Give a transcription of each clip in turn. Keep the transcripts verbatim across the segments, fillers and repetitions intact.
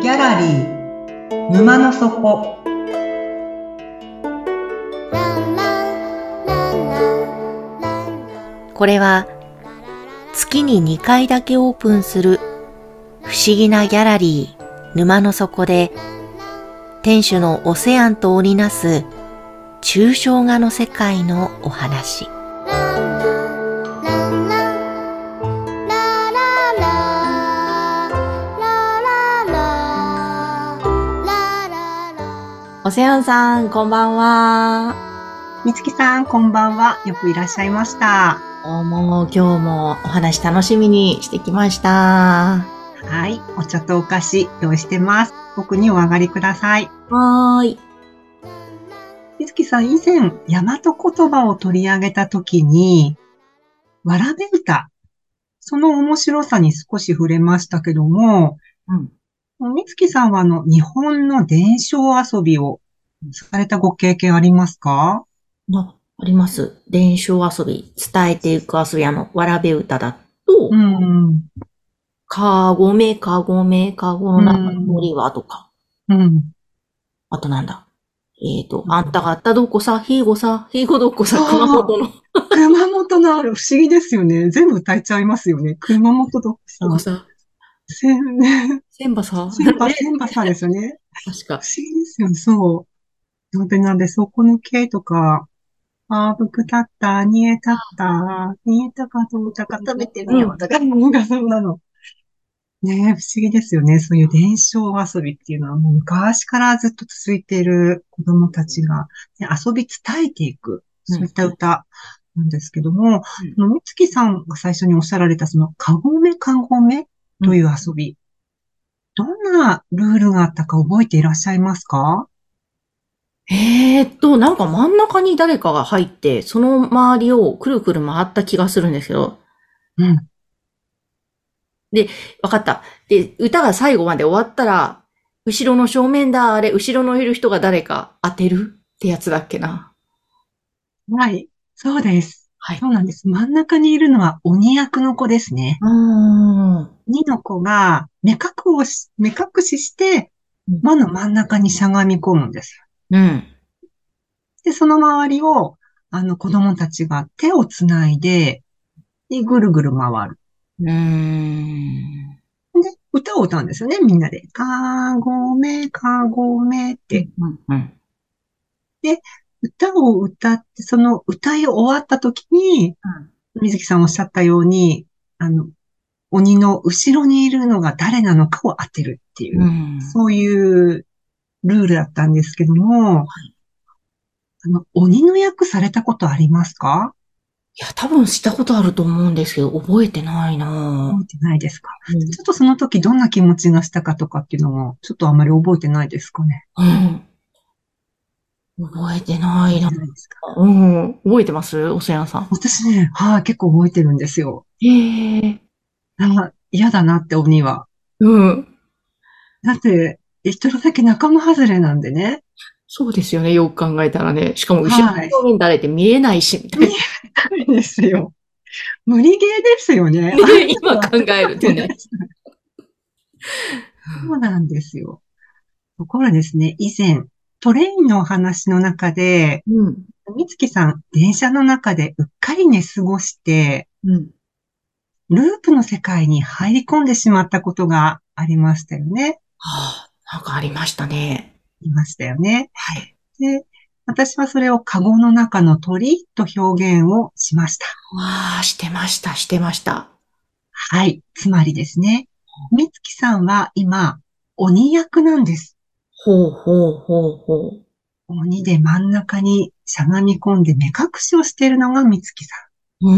ギャラリー沼の底。 これは月ににかいだけオープンする不思議なギャラリー沼の底で、店主のオセアンと織りなす抽象画の世界のお話。オセアンさん、こんばんは。 みつきさん、こんばんは。よくいらっしゃいました。 どうも、今日もお話楽しみにしてきました。 はい。お茶とお菓子用意してます。僕にお上がりください。 はーい。 みつきさん、以前、大和言葉を取り上げたときに、わらべ歌、その面白さに少し触れましたけども、 うん。 みつきさんはあの、日本の伝承遊びをされたご経験ありますか？ あ、あります。伝承遊び、伝えていく遊び、あの、わらべ歌だと、 うん、 かごめ、かごめ、かごうの中のん、 鳥はとか、 うん。 あとなんだ。えーと、あんたがあったどこさ、ひいごさ、ひいごどこさ、熊そう、 本の熊本のある不思議ですよね。全部歌えちゃいますよね。熊本どこさん。 どこさ、 せん、ね、 千葉さ、 千葉、 ね、 千葉さんですよね。 確か。 不思議ですよね。そう。なんでなんで、そこの系とか、あーぶくたった、煮えたった、煮えたかどうたか食べてみよううん。 とか、なんかそんなの。ねえ、不思議ですよね。そういう伝承遊びっていうのはもう昔からずっと続いている子供たちが、ね、遊び伝えていく、 うん。 そういった歌なんですけども、 うん。 そのみつきさんが最初におっしゃられたそのかごめかごめという遊び、どんなルールがあったか覚えていらっしゃいますか？ えーっと、なんか真ん中に誰かが入って、その周りをくるくる回った気がするんですけど、 うん。 で、わかった。で、歌が最後まで終わったら、後ろの正面だ、あれ、後ろのいる人が誰か当てるってやつだっけな。 はい。そうです。 はい。 そうなんです。真ん中にいるのは鬼役の子ですね。 うーん。 鬼の子が目隠をし、目隠しして、 うん。 輪の真ん中にしゃがみ込むんですよ。 うん。 で、その周りを、あの子供たちが手をつないで、で、ぐるぐる回る。 うーん。 で、歌を歌うんですよね、みんなで。かごめ、かごめって。 うん。うん。うん。 で、歌を歌って、その歌い終わった時に、水木さんおっしゃったように、あの、鬼の後ろにいるのが誰なのかを当てるっていうう、 ん。 そういうルールだったんですけども、あの、鬼の役されたことありますか？ いや、多分したことあると思うんですけど、覚えてないな覚えてないですか？ ぁ。うん。 ちょっとその時どんな気持ちがしたかとかっていうのも、ちょっとあまり覚えてないですかね。 うん。覚えてないな。 覚えてないですか？ うん。覚えてますおせやんさん。 私ね、はい、結構覚えてるんですよ。 へえ。 あ、嫌だなって鬼は。 うん。 だって、一人だけ仲間外れなんでね。 そうですよね、よく考えたらね。しかも後ろはい。 の正面誰って見えないし、みた見えいな。 ないですよ。無理ゲーですよね。あんね、 なの当今考てたってない。 えるとね。 そうなんですよ。ところですね、以前、トレインのお話の中で、 うん。 みつきさん、電車の中でうっかり寝過ごして、 うん。 ループの世界に入り込んでしまったことがありましたよね。 はあ、なんかありましたね。 いましたよね。 はい。 で、私はそれをカゴの中の鳥と表現をしました。 わあ、してました、してました。 はい。つまりですね、みつきさんは今、鬼役なんです。 ほうほうほうほう。 鬼で真ん中にしゃがみ込んで目隠しをしているのがみつきさん。 うん。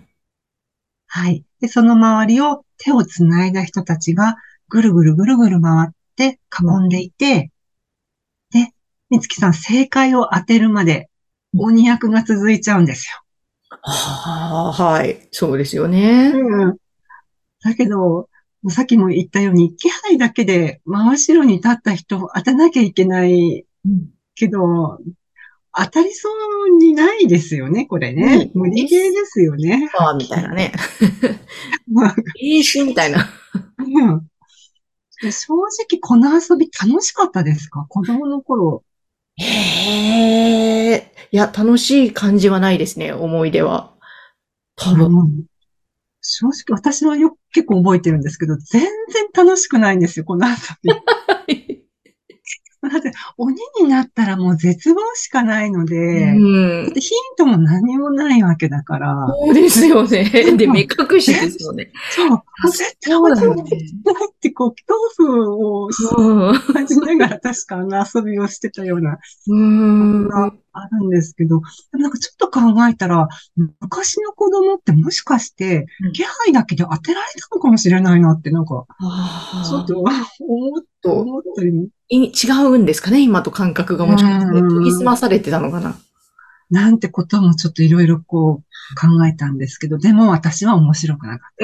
はい。で、その周りを手をつないだ人たちがぐるぐるぐるぐる回ってうん。 囲んでいて、で、みつきさん正解を当てるまで鬼役が続いちゃうんですはあ、はい。そうですよね。 よ。うん。だけど、さっきも言ったように、気配だけで真後ろに立った人を当てなきゃいけないうん。 けど、当たりそうにないですよね、これね。 うん。 無理え、 ゲーですよね。 ああ、みたいなね。 まあ、 えーし、みたいな。 うん。 で正直この遊び楽しかったですか？子供の頃。 へえ。いや、楽しい感じはないですね、思い出は。多分。 うん、正直私はよく結構覚えてるんですけど、全然楽しくないんですよ、この遊び。だって鬼になったらもう絶望しかないのうで、だってん。 ヒントも何もないわけだから、 そうですよね。で、目うん、 隠しですよね。 そう、もう絶対そうだよね。 鬼にならないってこう、恐怖をうん。 感じながら確かあの遊びをしてたようなう記ー憶がん。 あるんですけど、でもなんかちょっと考えたら、昔の子供ってもしかしてうん。 気配だけで当てられたのかもしれないなってなんか、ちょっああ、 と思っ、 と、 思ったりも、 い違うんですかね、今と感覚がうもしかして。研ぎ澄ーん、 まされてたのかな。 なんてこともちょっといろいろこう考えたんですけど、でも私は面白くなかっうん。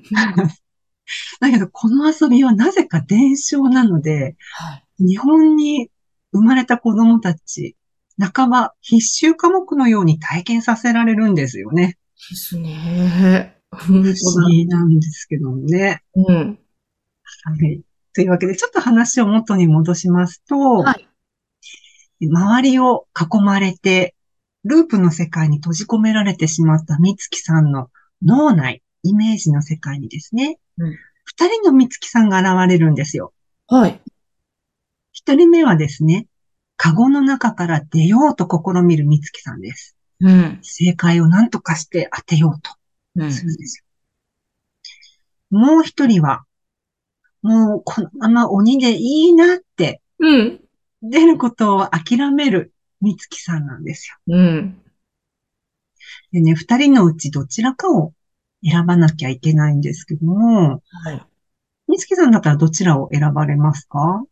た。だけど、この遊びはなぜか伝承なので、 はい。 日本に生まれた子供たち、半ば必修科目のように体験させられるんですよね。 ですね。 不本当だ。 思議なんですけどもね。 うん。 はい。というわけで、ちょっと話を元に戻しますと、 はい。 周りを囲まれて、ループの世界に閉じ込められてしまった美月さんの脳内、イメージの世界にですね、 うん。 二人の美月さんが現れるんですよ。 はい。 一人目はですね、カゴの中から出ようと試みる美月さんです。 うん。 正解を何とかして当てようとうん。 するんですよ。もう一人は、もうこのまま鬼でいいなってうん。 出ることを諦める美月さんなんですよ。 うん。 でね、二人のうちどちらかを選ばなきゃいけないんですけども、 はい。 美月さんだったらどちらを選ばれますか？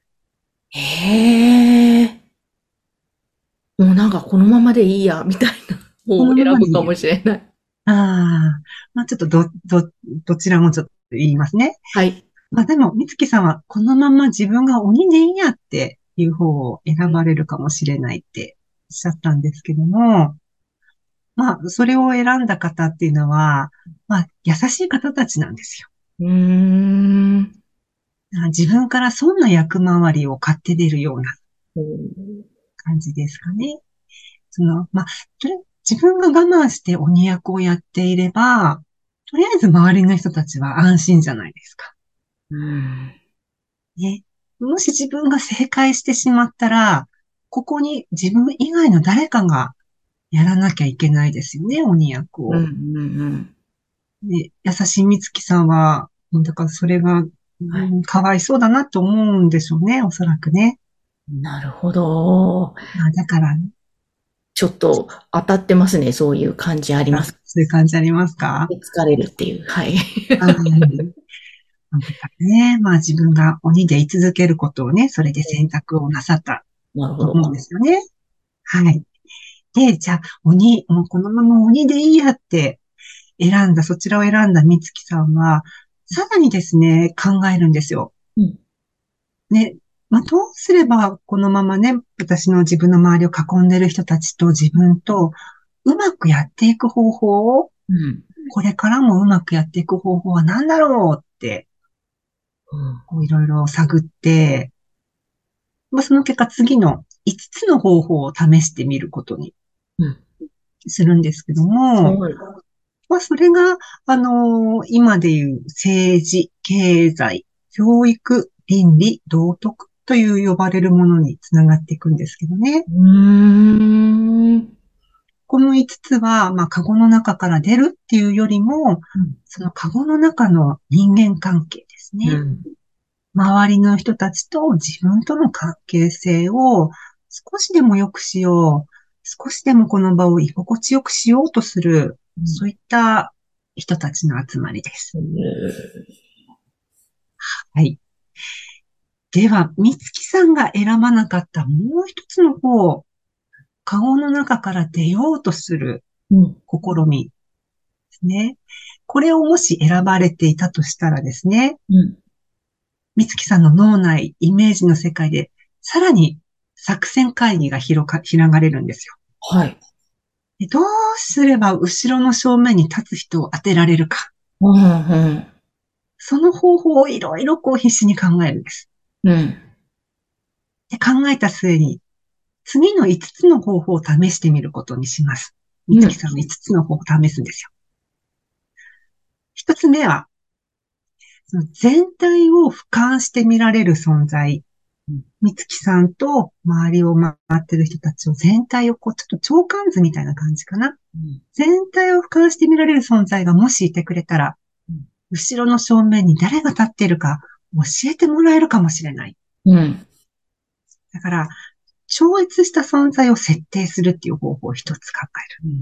へえ。もうなんかこのままでいいや、みたいな方をこのままでいいや。 選ぶかもしれない。 ああ、まあちょっとど、ど、どちらもちょっと言いますね。 はい。 まあでも、美月さんはこのまま自分が鬼でいいやっていう方を選ばれるかもしれないっておっしゃったんですけども、まあ、それを選んだ方っていうのは、まあ、優しい方たちなんですよ。 うーん。 自分から損な役回りを買って出るようなうん。 感じですかね。その、まあ、とりあえず自分が我慢して鬼役をやっていれば、とりあえず周りの人たちは安心じゃないですか。 うん。 ね。もし自分が正解してしまったら、ここに自分以外の誰かがやらなきゃいけないですよね、鬼役うん。 を。 うん。 ね、優しいみつきさんは、だからそれが、うはい。 ん、かわいそうだなと思うんでしょうね、おそらくね。 なるほど。 まあ、だから、 ちょっと当たってますね。そういう感じありあ、 ます。 そういう感じありますか？ 疲れるっていう。はい。 はい。まあだからね、まあ自分が鬼で居続けることをね、それで選択をなさったなるほど。 と思うんですよね。はい。で、じゃあ、鬼、もうこのまま鬼でいいやって選んだ、そちらを選んだ美月さんは、さらにですね、考えるんですよ。 うん。 ね、まあ、どうすればこのままね、私の自分の周りを囲んでる人たちと自分とうまくやっていく方法を、 うん。 これからもうまくやっていく方法は何だろうって、 うん。 こういろいろ探って、まあ、その結果次のいつつの方法を試してみることにうん。 するんですけども、 はい。 まあ、それが、あのー今でいう政治、経済、教育、倫理、道徳という呼ばれるものにつながっていくんですけどね。 うーん。 このいつつは、まあ、カゴの中から出るっていうよりも、 うん。 そのカゴの中の人間関係ですね。 うん。 周りの人たちと自分との関係性を少しでも良くしよう。少しでもこの場を居心地よくしようとする、そういった人たちの集まりです。 うん。 はい。では、美月さんが選ばなかったもう一つの方、カゴの中から出ようとするうん。 試みですね。これをもし選ばれていたとしたらですね、 うん。 美月さんの脳内、イメージの世界で、さらに作戦会議が広か、開かれるんですよ。 はい。 でどうすれば後ろの正面に立つ人を当てられるか。 うん。うん。 その方法をいろいろこう必死に考えるんです。 うん。 で、考えた末に、次のいつつの方法を試してみることにします。みうん。 つきさんのいつつの方法を試すんですよ。ひとつめは、その全体を俯瞰して見られる存在。みつきさんと周りを回ってる人たちを全体をこう、ちょっと長官図みたいな感じかな。全体を俯瞰して見られる存在がもしいてくれたら、後ろの正面に誰が立っているか教えてもらえるかもしれない。 うん。 だから、超越した存在を設定するっていう方法を一つ考える。 うん。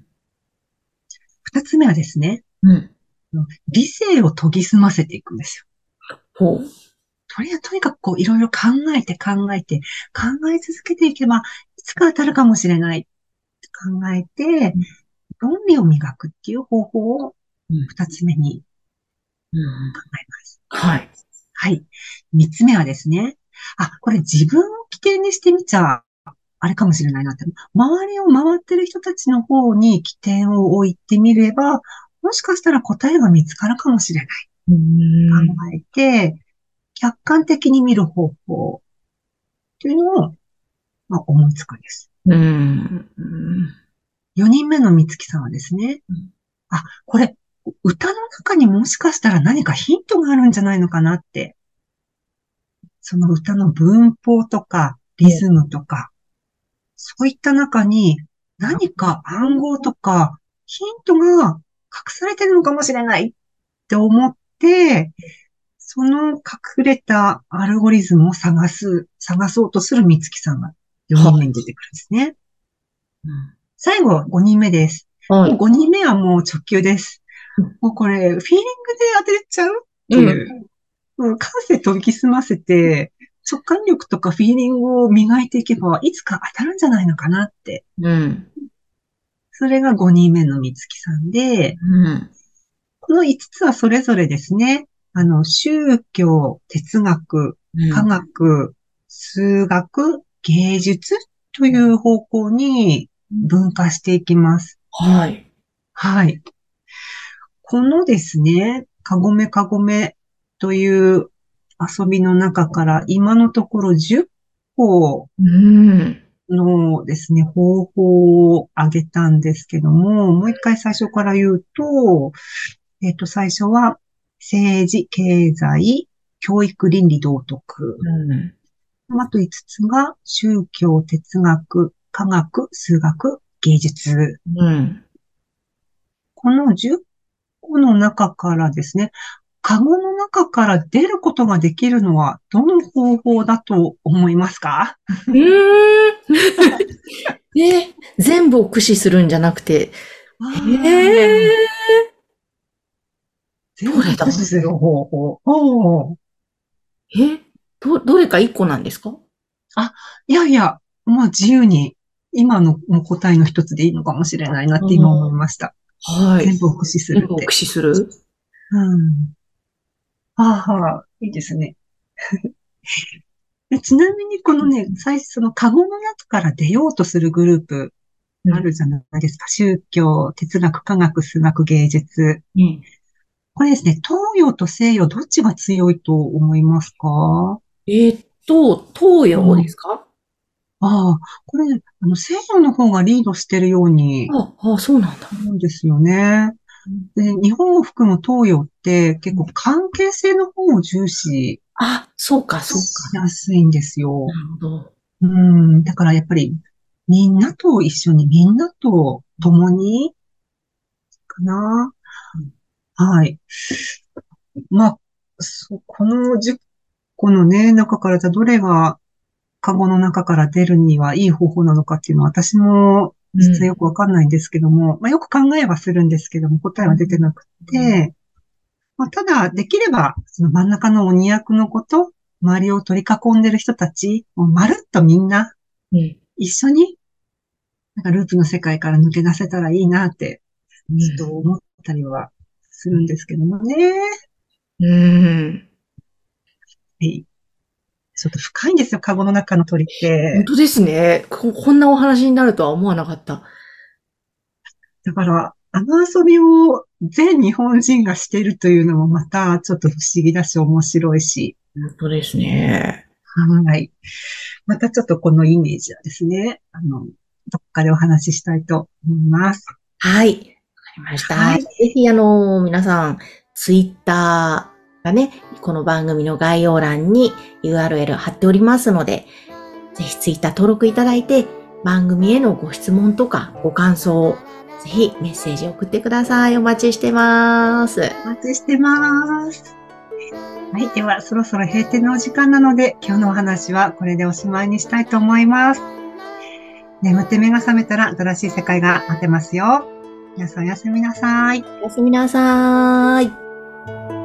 二つ目はですね、 うん。 理性を研ぎ澄ませていくんですよ。 ほう。 とりあえず、とにかくこう、いろいろ考えて考えて、考え続けていけば、いつか当たるかもしれない。考えて、論理を磨くっていう方法をうん。 二つ目にうん。 考えます。 はい。 はい。三つ目はですね、あ、これ自分を起点にしてみちゃ、あれかもしれないなって。周りを回ってる人たちの方に起点を置いてみれば、もしかしたら答えが見つかるかもしれない。 うん。 考えて、客観的に見る方法というのを、まあ、思いつくんです。 うん。うん。 よにんめのみつきさんはですね、あ、これ、歌の中にもしかしたら何かヒントがあるんじゃないのかなって、その歌の文法とかリズムとか、そういった中に何か暗号とかヒントが隠されてるのかもしれないって思って、その隠れたアルゴリズムを探す、探そうとするみつきさんがよにんめに出てくるんですね。最後、ごにんめです。もうはい。 ごにんめはもう直球です。もうこれ、フィーリングで当てちゃうっていうん。 う、うん、感性研ぎ澄ませて、直感力とかフィーリングを磨いていけば、いつか当たるんじゃないのかなって。 うん。 それがごにんめのみつきさんで、 うん。 このいつつはそれぞれですね、あの、宗教、哲学、科うん。 学、数学、芸術という方向に分化していきます。 はい。 はい。このですね、かごめかごめという遊びの中から今のところじゅっこうん。 のですね、方法を挙げたんですけども、もう一回最初から言うと、えっと、最初は政治、経済、教育、倫理、道徳。 うん。 あといつつが宗教、哲学、科学、数学、芸術。 うん。 このじゅっこの中からですね、カゴの中から出ることができるのはどの方法だと思いますか？ うーん。え、全部を駆使するんじゃなくて、 あへあ、 え、ど全部れだ駆使する方法。おー。 え、ど、どれか一個なんですか？ あ、いやいや、まあ自由に、今のもう答えの一つでいいのかもしれないなって今思いました。 ああ、はい。 全部を駆使するって。 全部を駆使する。 うん。ああ、いいですね。でちなみにこのね、最初そのカゴの中から出ようとするグループうん。 あるじゃないですか。宗教、哲学、科学、数学、芸術。 うん。 これですね、東洋と西洋どっちが強いと思いますか？ えーっと、東洋ですうん。 か？ ああ、これ、あの、西洋の方がリードしてるようにあ、あ、そうなんだ。 思うんですよね。で、日本を含む東洋って結構関係性の方を重視あ、そうか、そうか。 しやすいんですよ。 なるほど。 うん。だからやっぱり、みんなと一緒に、みんなと共に、かな。はい。まあ、そう、このじゅっこのね、中からじゃあどれがカゴの中から出るにはいい方法なのかっていうのは私もうん。 実はよくわかんないんですけども、まあよく考えはするんですけども、答えは出てなくて、まあただできればその真ん中の鬼役のこと、周りを取り囲んでる人たち、もうまるっとみんなうん。 一緒になんかループの世界から抜け出せたらいいなってうちょっとん。 思ったりはするんですけどもね。 うん。 はい。ちょっと深いんですよ、カゴの中の鳥って。 本当ですね。こ、こんなお話になるとは思わなかった。 だから、あの遊びを全日本人がしているというのもまたちょっと不思議だし面白いし。 本当ですね。 はい。またちょっとこのイメージはですね、あの、どっかでお話ししたいと思います。 はい。わかりました。ぜはい。 ひ、あの、皆さん、ツイッターがね、この番組の概要欄に ユーアールエル 貼っておりますので、ぜひツイッター登録いただいて、番組へのご質問とかご感想をぜひメッセージ送ってください。お待ちしてます。 お待ちしてます。はい。では、そろそろ閉店のお時間なので、今日のお話はこれでおしまいにしたいと思います。眠って目が覚めたら新しい世界が待ってますよ。皆さんおやすみなさい。 おやすみなさーい。